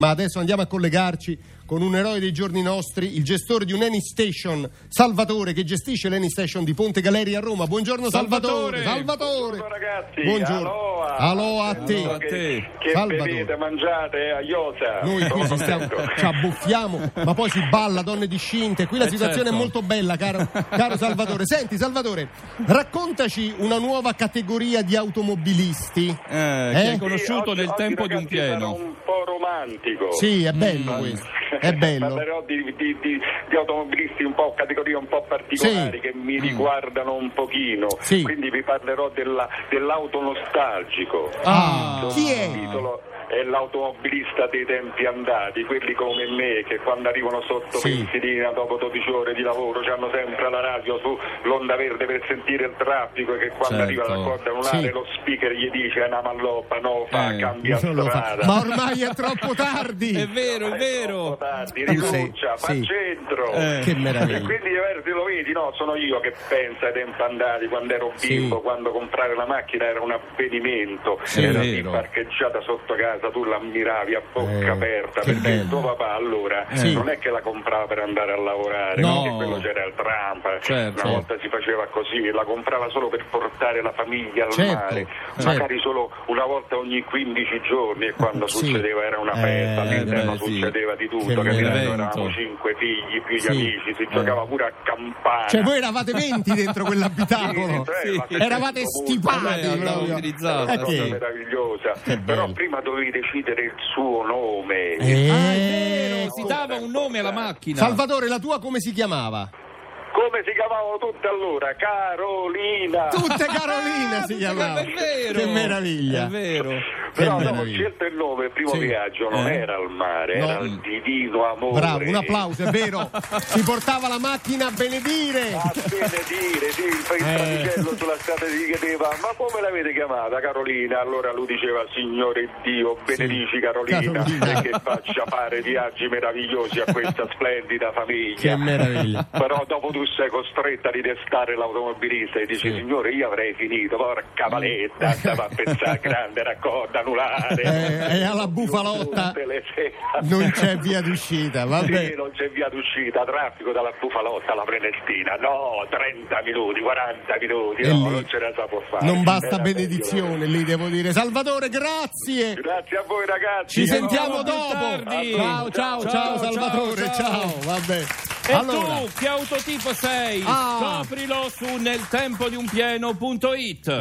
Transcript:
Ma adesso andiamo a collegarci con un eroe dei giorni nostri, il gestore di un AnyStation, Salvatore, che gestisce l'AnyStation di Ponte Galeria a Roma. Buongiorno Salvatore. Buongiorno ragazzi. Buongiorno. Aloha a te. Che bevete, mangiate a Iosa. Noi qui ci abbuffiamo, ma poi si balla, donne discinte. Qui la situazione è molto bella, caro Salvatore. Senti Salvatore, raccontaci una nuova categoria di automobilisti che hai conosciuto nel oggi, tempo di un pieno. Sono un po' romantico. Sì, è bello questo. È bello. Parlerò di automobilisti un po', categorie un po' particolari, che mi riguardano un pochino. Sì. Quindi vi parlerò dell'auto nostalgico. Chi è? È l'automobilista dei tempi andati, quelli come me che quando arrivano sotto Pensilina dopo 12 ore di lavoro hanno sempre la radio sull'onda verde per sentire il traffico, e che quando arriva la corda anulare lo speaker gli dice una malloppa, cambia strada. Ma ormai è troppo tardi. È vero. Troppo tardi, rinuncia, fa centro. Che meraviglia. E quindi lo vedi, no? Sono io che penso ai tempi andati, quando ero bimbo, quando comprare la macchina era un avvenimento, era lì parcheggiata sotto casa, tu l'ammiravi a bocca aperta, perché il tuo papà allora non è che la comprava per andare a lavorare, perché quello c'era il tram, una volta si faceva così, la comprava solo per portare la famiglia al mare, magari solo una volta ogni 15 giorni, e quando succedeva era una festa, all'interno succedeva di tutto, eravamo 5 figli più gli amici, si giocava pure a campana. Cioè voi eravate 20 dentro quell'abitacolo, eravate stipati, cosa meravigliosa. Però prima dovevi decidere il suo nome. È vero, si dava un nome alla macchina. Salvatore, la tua come si chiamava? Come si chiamavano tutte allora? Carolina. Tutte Carolina si chiamavano. È vero. Che meraviglia. È vero. Però ho scelto il nome, il primo viaggio non era al mare, era il divino amore. Bravo, un applauso, è vero. Si portava la macchina a benedire. A benedire, il fraticello sulla strada gli chiedeva: ma come l'avete chiamata? Carolina. Allora lui diceva: Signore Dio, benedici Carolina. E che faccia fare viaggi meravigliosi a questa splendida famiglia. Che meraviglia. Però dopo tu sei costretta a ridestare l'automobilista e dici: Signore, io avrei finito, porca valetta, stava a pensare grande raccordo anulare. E alla bufalotta non c'è via d'uscita, vabbè. Sì, non c'è via d'uscita, traffico dalla Bufalotta alla Prenestina, 30 minuti, 40 minuti, non ce la può fare. Non basta benedizione lì, devo dire. Salvatore, grazie. Grazie a voi ragazzi. Ci sentiamo dopo. Ciao Salvatore, ciao. Vabbè. E tu che autotipo sei? Scoprilo su neltempodiunpieno.it.